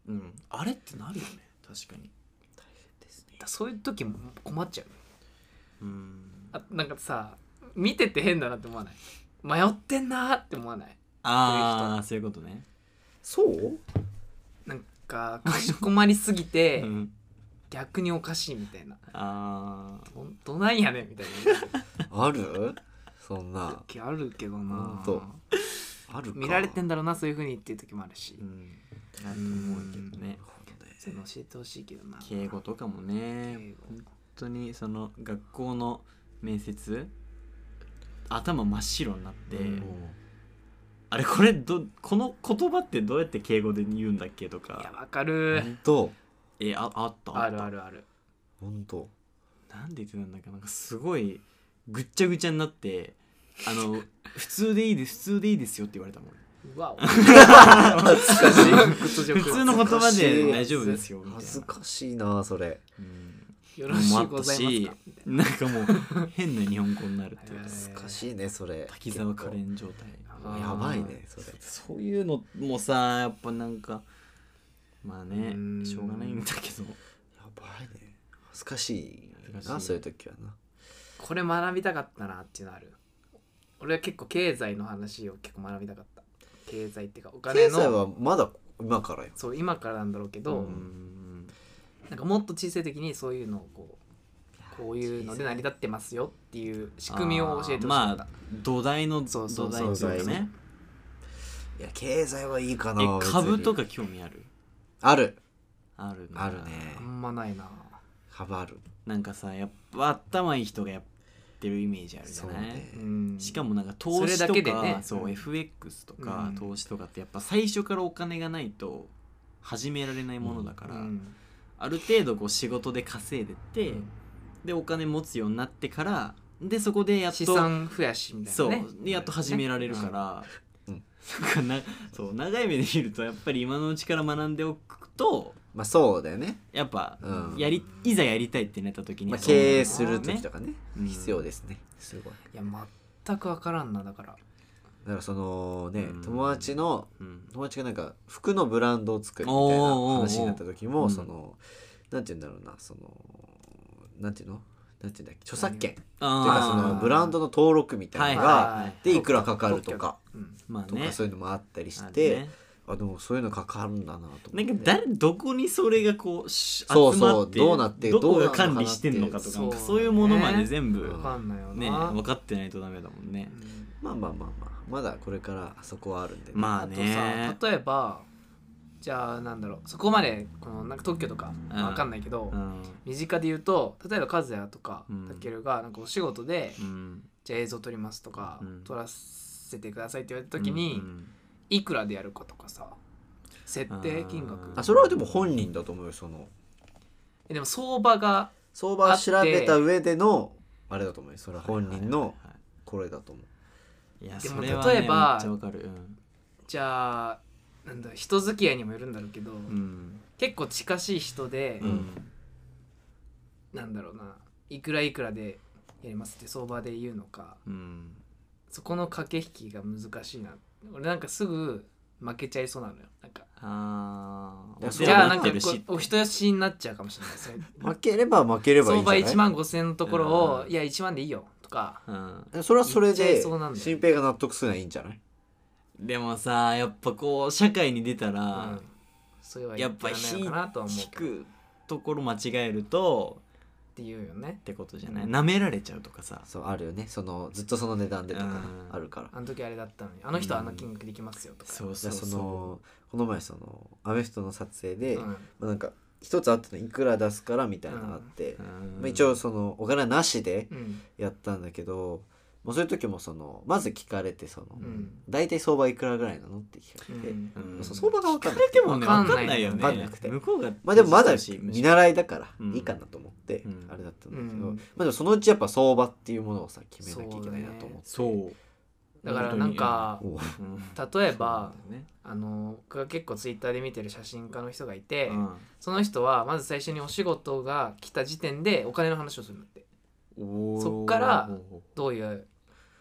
うん、あれってなるよね確かに。 だそういう時も困っちゃう。 うんあなんかさ見てて変だなって思わない？迷ってんなって思わない？ ああそういうことね。 そうなんかかしこまりすぎて、 うん、 逆におかしいみたいな。 あどどないやねんみたいなあるそんな時あるけどな。 ほんとあるか。 見られてんだろうなそういう風にっていう時もあるし、 ー、うん、なと思うけどね。 そういうの教えてほしいけどな。 敬語とかもね敬語本当にその学校の面接頭真っ白になって、 うん、 あれこれどこの言葉ってどうやって敬語で言うんだっけといやか。 わかる。 ほんとえああったああったるあるある。 ほんとなんで言ってたんだっけなんかすごいぐっちゃぐちゃになってあの普通でいいです普通でいいですよって言われたもん。 うわお懐かしい普通の言葉で大丈夫ですよみたいな。 恥ずかしいなそれ。 うんよろしいございますかみたいな。 なんかもう変な日本語になるっていうへー難しいねそれ。 滝沢カレン状態。 あーやばいねそれ。 そういうのもさやっぱなんかまあねうんしょうがないんだけど。 やばいね恥ずかしい恥ずかしないそういう時はな。 これ学びたかったなっていうのある。俺は結構経済の話を結構学びたかった。経済っていうかお金経済のはまだ今からよ。 そう今からなんだろうけど、 うんなんかもっと小さい時にそういうのをこうこういうので成り立ってますよっていう仕組みを教えてほしかった。 まあ土台のそうそう土そう台っていうかね。 いや経済はいいかな。 え別に株とか興味ある？ あるあるなあるねあんまないな。 株ある。 なんかさやっぱ頭いい人がやってるイメージあるじゃない、 そうねうんしかもなんか投資それだとかけでねそう、 うんエフエックス とかうん投資とかってやっぱ最初からお金がないと始められないものだから、 うんある程度こう仕事で稼いでって、 うんでお金持つようになってからでそこでやっと資産増やしみたいそうなね。 でやっと始められるから、 うんなんかなそう長い目で見るとやっぱり今のうちから学んでおくとまあそうだよね。 やっぱ、 うんやりいざやりたいってなった時に、 まあそう経営する時とかねうん必要ですね。すごい。 いや全く分からんなだから。 だからそのねうん友達のうん友達がなんか服のブランドを作るみたいなおーおーおー話になった時もうんそのなんて言うんだろうなそのなんていうのなんて言うんだっけ著作権っていうあかそのブランドの登録みたいなのがはいはいはいでいくらかかるとかうんまあねとかそういうのもあったりしあるてねあでもそういうのかかるんだなと思ってなんか誰どこにそれがこうしそうそう集まってどうなってどこがどうなのかなって管理してんのかとかそうなんかそういうものまで全部うん分かんないよな。 ね分かってないとダメだもんね。 うんまあまあまあまあまだこれからあそこはあるんでねまああとねさ例えばじゃあなんだろうそこまでこのなんか特許とかうんわかんないけど、 うん身近で言うと例えば和也とかうんたけるがなんかお仕事で、 うんじゃあ映像撮りますとか、 うん撮らせてくださいって言われた時に、 うんいくらでやるかとかさ設定金額ああそれはでも本人だと思うよそのえでも相場が相場を調べた上でのあれだと思うよそれは本人のはいはいこれだと思ういやでもそれはね例えばめっちゃわかるうんじゃあなんだ人付き合いにもよるんだろうけど、 うん結構近しい人で、 うんなんだろうないくらいくらでやりますって相場で言うのかうんそこの駆け引きが難しいな俺なんかすぐ負けちゃいそうなのよなんかあいやあじゃあなんかこるしうお人よしになっちゃうかもしれないそれ負ければ負ければいい相場んじゃないいちまんごせんのところを、 うんいやいちまんでいいよとかうんそれはそれ言っちゃでいそうなんだよ新平が納得するのはいいんじゃないでもさやっぱこう社会に出たうらんそれはやっぱ言ってらんない引のかなとは思う引くところ間違えるとっていうよねってことじゃない、 うん舐められちゃうとかさそうあるよねそのずっとその値段でとかねうんあるからあの時あれだったのにあの人はあの金額できますよとか、 そうじゃあそうそそのこの前そのアメフトの撮影で、 うんまあ、なんか一つあったのいくら出すからみたいなのがあって、 う、うんまあ、一応そのお金なしでうんやったんだけどもうそういう時もそのまず聞かれてその、 うん大体相場いくらぐらいなのって聞かれて、 うんうんそう相場が分かんないでもねわかんない分かんないよねわかんなくて向こうがまあでもまだし見習いだからうんいいかなと思ってうんあれだったんだけど、 うんまあでもそのうちやっぱ相場っていうものをさ決めなきゃいけないなと思ってそうだからなんかおううん例えばそうだよねあの僕が結構ツイッターで見てる写真家の人がいて、 うんその人はまず最初にお仕事が来た時点でお金の話をするんだっておーそっからどういう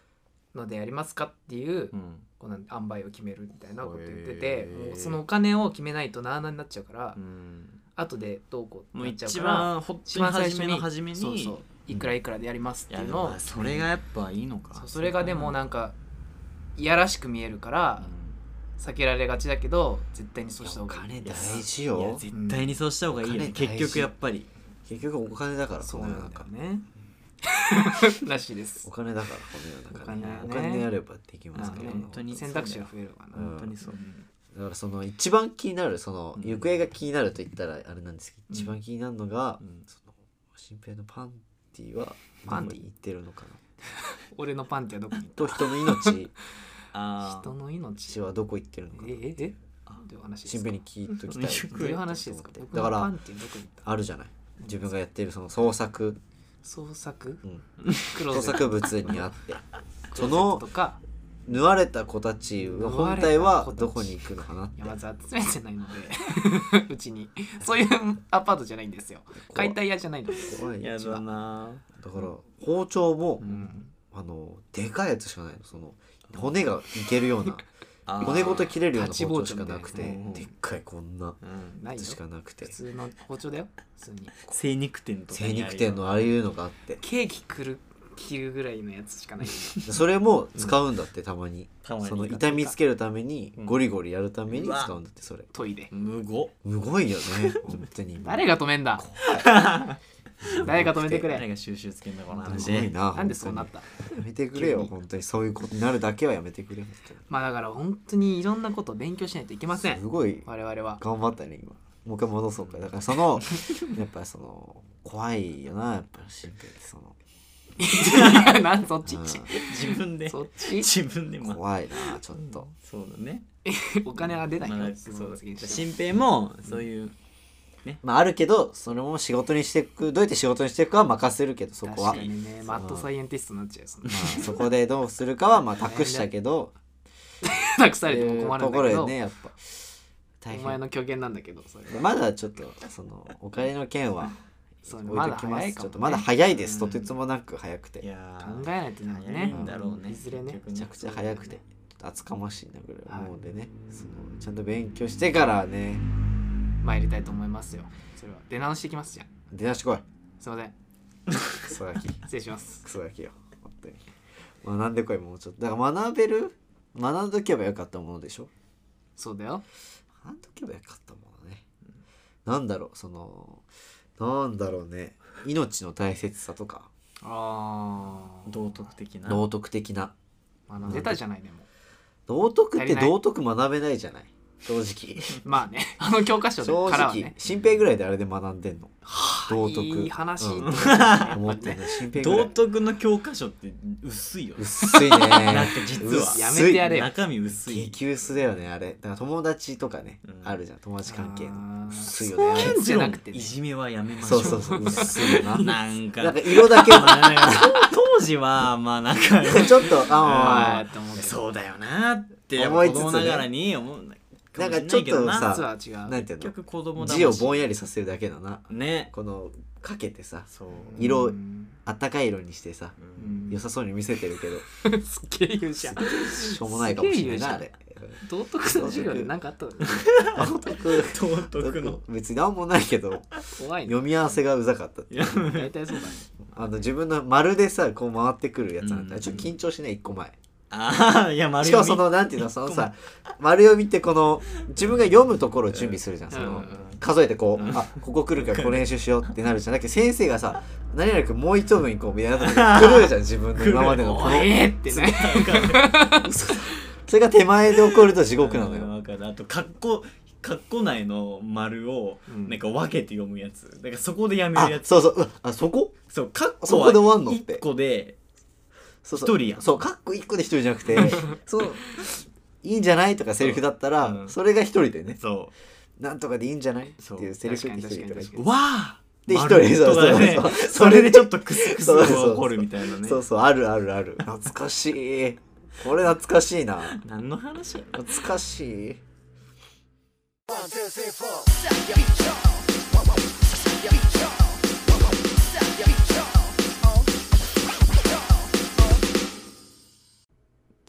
のでやりますかっていううんこうなん塩梅を決めるみたいなこと言ってて、 へーもうそのお金を決めないとなあなあになっちゃうから、 うん後でどうこうもうなっちゃうから一番ほっ一番最初初にめの初めにそうそういくらいくらでやりますっていうのを、 やそれがやっぱいいのか。 そうそれがでもなんかいやらしく見えるから避けられがちだけど絶対にそうした方がいい。 金大事いやよ。 絶対にそうした方がいいよね、 うん金大事結局やっぱり結局お金だからそうなんこの世の中だよねらしいですお。金だからこの世の中ねおお金ね金でやればできますから、 まあね本当に選択肢が増えるかな、 うん本当にそう、 だからその一番気になるそのうん行方が気になると言ったらあれなんですけど、 うん一番気になるのが、 うんその新平のパンティはパンティどこに行ってるのかな俺のパンティはどこに行っと人の命たあ人の命血はどこ行ってるのかなえええどういう話ですか新平に聞いときたいうんどういう話ですかと思って僕のだからパンティはどこに行ったあるじゃない自分がやってるその創作、 創作うん、 クローゼット創作物にあってそクローゼットのとか縫われた子たちの本体はどこに行くのかなっていやまず集めてないのでうちにそういうアパートじゃないんですよ解体屋じゃないので怖いやだなだから包丁も、 うんあのでかいやつしかないのその骨がいけるようなあー骨ごと切れるような包丁しかなくて立ち包丁みたいなでっかいこんなうんないよやつしかなくて普通の包丁だよ普通に精肉店とか精にあるよ肉店のああいうのがあってケーキくる切るぐらいのやつしかないよそれも使うんだってたまにたまにその痛みつけるためにうんゴリゴリやるために使うんだってそれトイレむごむごいよね本当に誰が止めんだ誰が止めてくれ誰が収集つけんだこの話すごいななんでそうなったやめてくれよ急に本当にそういうことになるだけはやめてくれまあだから本当にいろんなことを勉強しないといけませんすごい我々は頑張ったね今もう一回戻そうかだからそのやっぱその怖いよなやっぱ新平ってそのいやなんそっちうん自分でそっち自分でも怖いなちょっとそうだねお金は出ないよ、 まあそそうう発言しても新平もそういうまああるけどそれも仕事にしていくどうやって仕事にしていくかは任せるけどそこは確かにねマッドサイエンティストになっちゃうよそんなまあそこでどうするかはまあ託したけど託されても困るところでんだけど、 ねやっぱ大変お前の虚言なんだけどそれまだちょっとそのお金の件はそう置いときますまだ早いかもねちょっとまだ早いです、 うんとてつもなく早くていや考ーえないとね早いんだろうねいずれね結局めちゃくちゃ早くてちょっと厚かましいなぐらい思うんでね、 はいそのちゃんと勉強してからね参りたいと思いますよそれは出直してきますじゃん出だしこいすいませんクソガキ失礼しますクソガキよ本当に学んでこいもうちょっとだから学べる学んどけばよかったものでしょそうだよ学んどけばよかったものね、なんだろうそのなんだろうね命の大切さとかあ道徳的な道徳的なあ学んでたじゃないでも道徳って足りない道徳学べないじゃない正直まあねあの教科書で正直からはね新平ぐらいであれで学んでんの道徳いい話、 うん思ってんの新平ぐら道い徳の教科書って薄いよね薄いねなんか実は薄いやめてやれよ中身薄い激薄だよねあれだから友達とかね、 うんあるじゃん友達関係のあー薄いよねあれそうじゃなくてねいじめはやめましょそううそうそう薄いよななんかなんか色だけまあなんか当時はまあなんかちょっとはあいって思うけどそうだよなってやっぱ思いつつね子供ながらに思うんだかもしれないけどななんかちょっとさ実は違うなんていうの結局子供だ字をぼんやりさせるだけだなねこのかけてさそう色うんあったかい色にしてさうん良さそうに見せてるけどすっげえ言うじゃんしょうもないかもしれないなあれ道徳の授業で何かあったの道徳道徳の別になんもないけど怖いね読み合わせがうざかったっていや大体そうだねあの自分の丸でさこう回ってくるやつなんだ、 うんちょっと緊張しないいっこまえああいや丸しかも読みそのなんていうのそのさ丸読みってこの自分が読むところを準備するじゃんそのうんうん数えてこう、 うんあここ来るからこれ練習しようってなるじゃんだけど先生がさ何々君もう一文行こうみたいなとこ来るじゃん自分の今までのこのおえーってねそれが手前で起こると地獄なのよわかるあと括弧括弧内の丸をうんなんか分けて読むやつだからそこでやめるあやつそうそううわあそこそう括そ弧こで終わんのはって一個でそうそう一人やんそうかっこ一個で一人じゃなくてそういいんじゃないとかセリフだったら、 うんそれが一人でねそなんとかでいいんじゃないってそういうセリフって一人から確かに確かううわあで丸一人そうとかねそうそうそれでちょっとクスクスそうそうそうが起こるみたいなねそうそうあるあるある懐かしいこれ懐かしいな何の話や懐かしい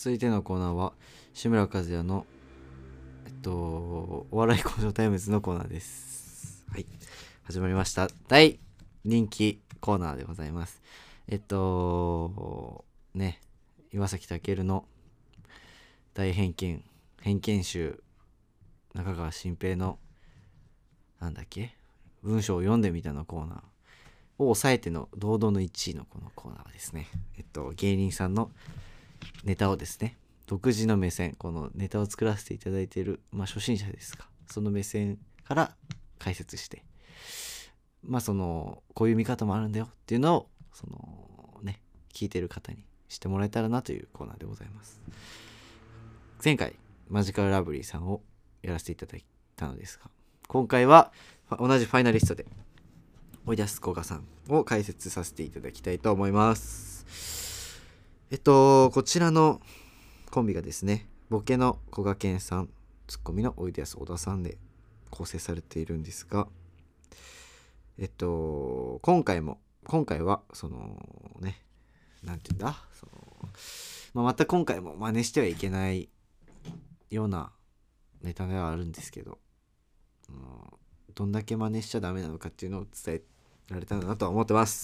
続いてのコーナーは志村和也のえっとお笑い向上タイムズのコーナーです。はい、始まりました。大人気コーナーでございます。えっとね岩崎健の大偏見偏見集、中川新平のなんだっけ文章を読んでみたのコーナーを抑えての堂々のいちいのこのコーナーはですね、えっと芸人さんのネタをですね、独自の目線、このネタを作らせていただいている、まあ初心者ですが、その目線から解説して、まあそのこういう見方もあるんだよっていうのをそのね聞いてる方にしてもらえたらなというコーナーでございます。前回マジカルラブリーさんをやらせていただいたのですが、今回は同じファイナリストでおいでやすこがさんを解説させていただきたいと思います。えっとこちらのコンビがですね、ボケのこがけんさん、ツッコミのおいでやす小田さんで構成されているんですが、えっと今回も今回はそのねなんていうんだその、まあ、また今回も真似してはいけないようなネタではあるんですけど、うん、どんだけ真似しちゃダメなのかっていうのを伝えられたらなとは思ってます。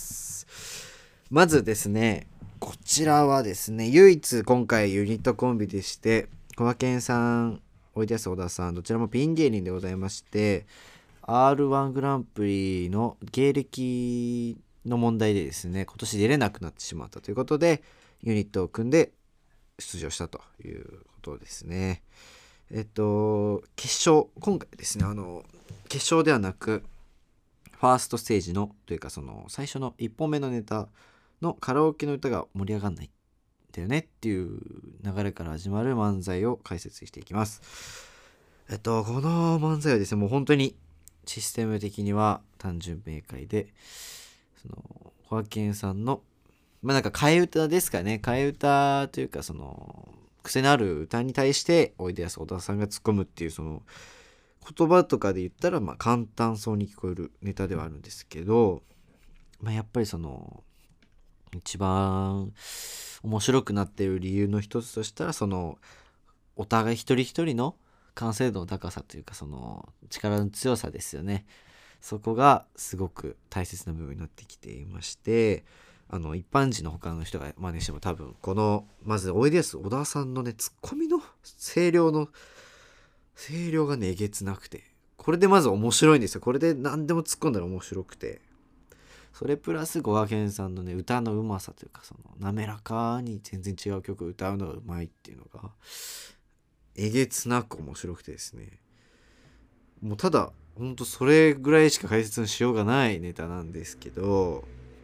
まずですね、こちらはですね、唯一今回ユニットコンビでして、こがけんさん、おいでやす小田さん、どちらもピン芸人でございまして、アールワン グランプリの芸歴の問題でですね、今年出れなくなってしまったということで、ユニットを組んで出場したということですね。えっと、決勝、今回ですね、あの、決勝ではなく、ファーストステージの、というかその、最初のいっぽんめのネタのカラオケの歌が盛り上がんないんだよねっていう流れから始まる漫才を解説していきます。えっと、この漫才はですね、もう本当にシステム的には単純明快で、その、こがけんさんの、まあなんか替え歌ですかね、替え歌というかその、癖のある歌に対しておいでやす小田さんが突っ込むっていうその言葉とかで言ったらまあ簡単そうに聞こえるネタではあるんですけど、まあ、やっぱりその一番面白くなっている理由の一つとしたらそのお互い一人一人の完成度の高さというかその力の強さですよね。そこがすごく大切な部分になってきていまして、あの一般人の他の人が真似しても多分このまずおいでやす小田さんのねツッコミの声量の声量がねえげつなくて、これでまず面白いんですよ。これで何でも突っ込んだら面白くて、それプラスこがけんさんのね歌のうまさというかその滑らかに全然違う曲を歌うのがうまいっていうのがえげつなく面白くてですね、もうただほんとそれぐらいしか解説のしようがないネタなんですけど、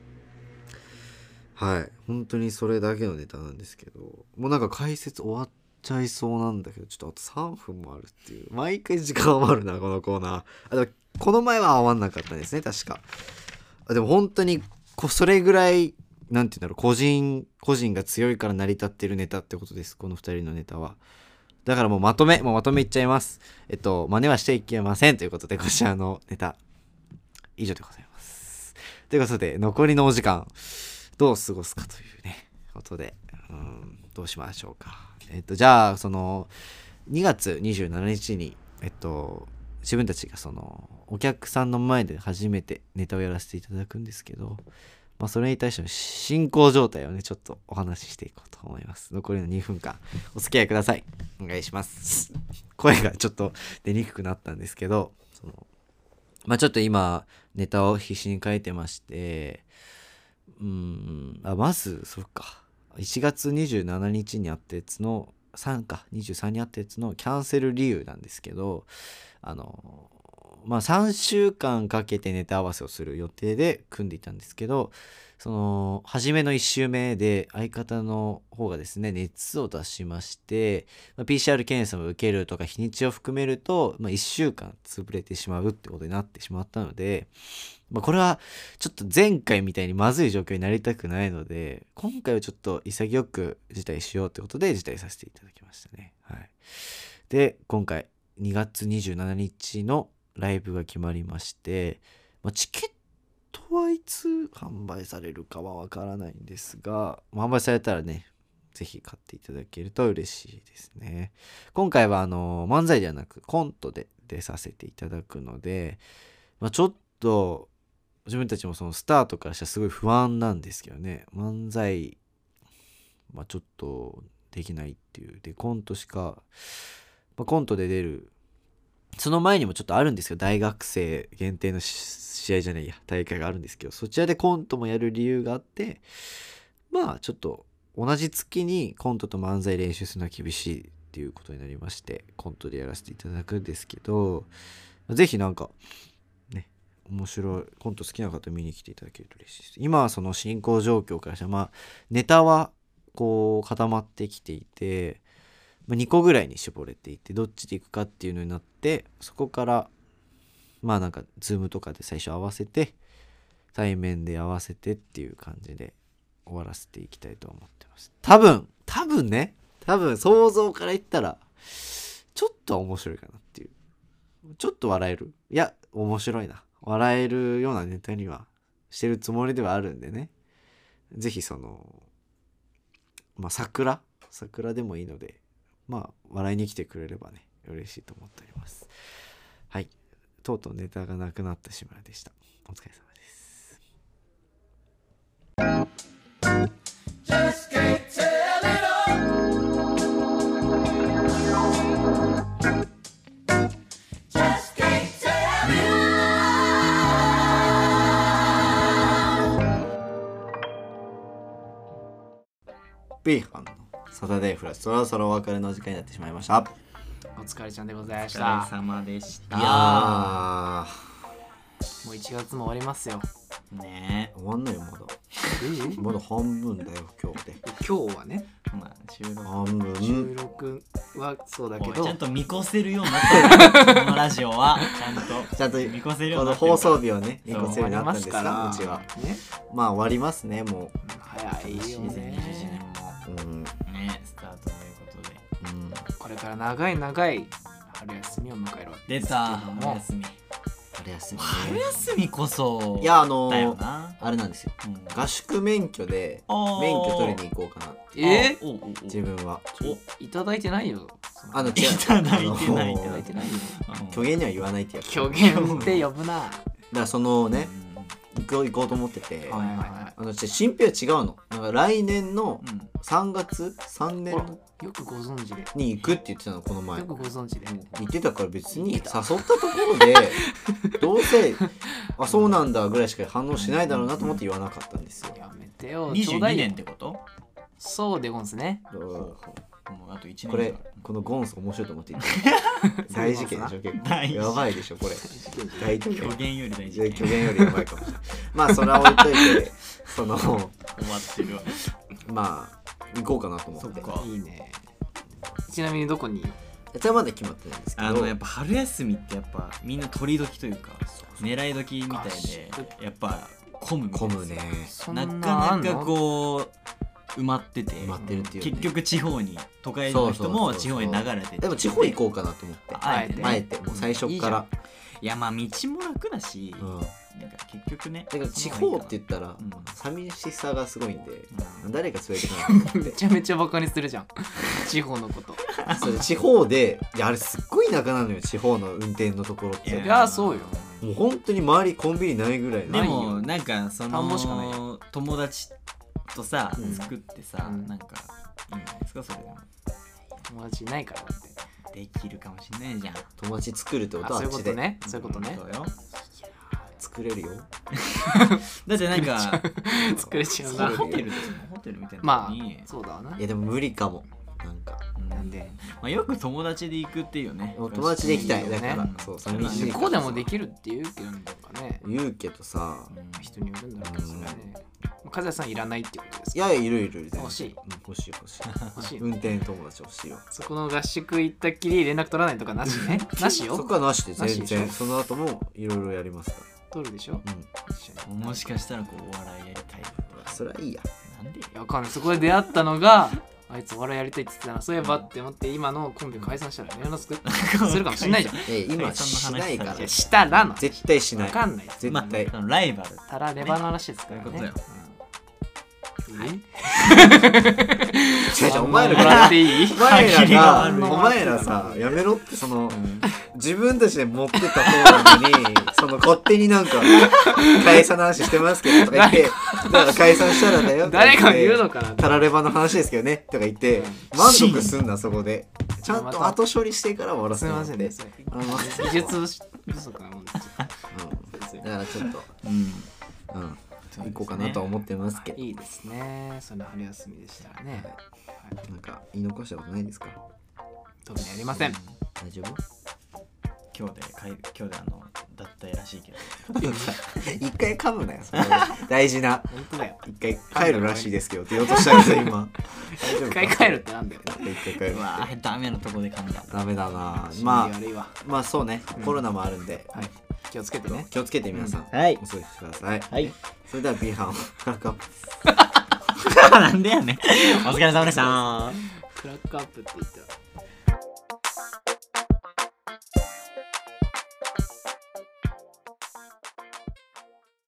はい本当にそれだけのネタなんですけど、もうなんか解説終わっちゃいそうなんだけど、ちょっとあとさんぷんもあるっていう、毎回時間余るなこのコーナー。あでもこの前は余んなかったですね確か。あでも本当にこそれぐらいなんていうんだろう、個人個人が強いから成り立ってるネタってことです、このふたりのネタは。だからもうまとめもうまとめいっちゃいます。えっと真似はしていけませんということで、こちらのネタ以上でございます。ということで残りのお時間どう過ごすかというねことで、うーんどうしましょうか。えっとじゃあそのにがつにじゅうしちにちにえっと自分たちがそのお客さんの前で初めてネタをやらせていただくんですけど、まあそれに対しての進行状態をねちょっとお話ししていこうと思います。残りのにふんかんお付き合いください。お願いします。声がちょっと出にくくなったんですけど、そのまあちょっと今ネタを必死に書いてまして、うーんあまずそっかいちがつにじゅうしちにちにあったやつのさんかにじゅうさんにあったやつのキャンセル理由なんですけど、あのまあさんしゅうかんかけてネタ合わせをする予定で組んでいたんですけど、その初めのいち週目で相方の方がですね熱を出しまして、まあ、ピーシーアール 検査も受けるとか日にちを含めると、まあ、いっしゅうかん潰れてしまうってことになってしまったので、まあ、これはちょっと前回みたいにまずい状況になりたくないので、今回はちょっと潔く辞退しようってことで辞退させていただきましたね。はい。で今回にがつにじゅうしちにちのライブが決まりまして、まあ、チケットはいつ販売されるかはわからないんですが、まあ、販売されたらねぜひ買っていただけると嬉しいですね。今回はあの漫才ではなくコントで出させていただくので、まあ、ちょっと自分たちもそのスタートからしたらすごい不安なんですけどね。漫才、まあ、ちょっとできないっていうでコントしか、まあ、コントで出るその前にもちょっとあるんですよ。大学生限定の試合じゃないや大会があるんですけど、そちらでコントもやる理由があって、まあちょっと同じ月にコントと漫才練習するのは厳しいっていうことになりまして、コントでやらせていただくんですけど、ぜひなんかね面白いコント好きな方見に来ていただけると嬉しいです。今はその進行状況からしたら、まあネタはこう固まってきていて、まあ、にこぐらいに絞れていて、どっちでいくかっていうのになって、そこからまあなんかズームとかで最初合わせて対面で合わせてっていう感じで終わらせていきたいと思ってます。多分多分ね多分想像から言ったらちょっと面白いかなっていう、ちょっと笑える、いや面白いな、笑えるようなネタにはしてるつもりではあるんでね、ぜひそのまあ桜桜でもいいので、まあ笑いに来てくれればね嬉しいと思っております。はい、とうとうネタがなくなった志村でした。お疲れ様です。ビーハンのサタデーフラッシュ、そろそろお別れの時間になってしまいました。 お疲れちゃんでございましおた。 疲れ様でしたいやもういちがつも終わりますよ。 ねー終わんないよまだえまだ半分だよ今日で。 今日はねえまあ収録半分収録はそうだけどおいちゃんと見越せるようになったよこのラジオはちゃんとちゃんと見越せるよこのうになってる放送日をね見そう越せるようになったんです終わりかますからうちは。 ね、 まあ終わりますねも早いよにせんにじゅういちねんね。 もう。うんねスタートということでうん。 これから長い長い春休みを迎えるわけですけ出たども、 春休み春休み春ね。 休みこそいやあのだよー、 な、 あれなんですよ。 うん合宿免許であー免許取りに行こうかなってえあおうおうおう自分は。 いただいてないよ。 あの違ういただいてないあのいただいいただいてないよ。 うん虚言には言わないってやつ。 虚言って呼ぶな。 だからそのね行こう行こうと思ってて、 はいはいはあの新品は違うの。なんか来年のうんうんさんがつさんねんほらよくご存知で。 に行くって言ってたのこの前よ。くご存知で。 言ってたから別に誘った言ってところでどうせあそうなんだぐらいしか反応しないだろうなと思って言わなかったんですよ。 やめてよ。 22 ちょうだいよ年ってことそうでごんすね。 もうあといちねんこれだからこのゴンス面白いと思って言って大事件でしょ結構大事やばいでしょこれ大事件虚言より大事いや虚言よりやばいかもしれない。まあそれは置いといてその終わってるわまあ行こうかなと思ってそっかいいね。ちなみにどこに？ それはまだ決まってないんですけどあのやっぱ春休みってやっぱみんな取り時というか狙い時みたいでやっぱ混むみたいですよ混むねそんななあんのかなかこう埋まってて埋まってるっていうね結局地方に都会の人も地方に流れててでも地方行こうかなと思ってあえてねあえてもう最初からいやまあ道も楽だしうんなんか結局ねだから地方って言ったらうん寂しさがすごいんでうん誰か連れてかなと思めってちゃめちゃバカにするじゃん。地方のこと。 それ地方でいやあれすっごい田舎なのよ地方の運転のところっていやそうよもう本当に周りコンビニないぐらいでのないよもなんかそ田んぼしかないの友達とさうん作ってさうんなんかいいんじゃないですかそれでも友達いないからだって。 できるかもしれないじゃん友達作るってことあそういうはあっちでことね。そういうことね。 そうよ作れるよだってなんか作れちゃうなそう。ホテルですもんホテルみたいなまのにあそうだわな。 いやでも無理かもなんかうんなんでまあよく友達で行くっていうねもう友達で行きたいいいよねだからそう寂しいから向こうでもできるって言うけどなんかね。 言うけどさうん人によるんだろうけどそれはね。和也さんいらないってことですか。 いやいやいるいるいる欲しいうん欲しい欲しい欲しい。 運転友達欲しいよそこの合宿行ったっきり連絡取らないとかなしね。なしそよ。 こはなしで全なしでしょ然その後もいろいろやりますか取るでしょ。 らうん一緒にもしかしたらこうお笑いやりたいそれはいいやなんでいやわかんない。そこで出会ったのがあいつお笑いやりたいって言ってたな。そういえばって思って今のコンビ解散したら連絡するするかもしれないじゃん。いいや今解散しの話ないからやしたらの。 絶対しないわかんない。 絶まあ対そのライバルたらレバの話ですからね。 そういうことようんい違う違うお前らもらっていいお前らが歯切れが悪いお前らさやめろってその自分たちで持ってた方なのにその勝手になんか解散の話してますけどとか言ってだから解散したらだよ誰か言うのかな。 タラレバの話ですけどねとか言って満足すんなそこでちゃんと後処理してから終わらせすみてもらってませんね。 あの技術不足なもんで。 うんだからちょっとうんうん行こうかなとは思ってますけどいいですね。その春休みでしたらね。はい、 なんか言い残したことないですか特にありません。 大丈夫今日で帰る今日であの脱退らしいけど一回噛むなよそれ大事な本当だよ。 一回帰るらしいですけどって言おうとしたけど今大丈夫一か回帰るってなんだよ。 一回帰るうわーダメなとこで噛んだダメだな心ま理悪いわ。 あまあそうねコロナもあるんではい。気をつけてね。 気をつけて皆さんはいお過ごしくださいはいそれでは B 班クラックアップなんでやねんお疲れ様でしたクラックアップって言ったら。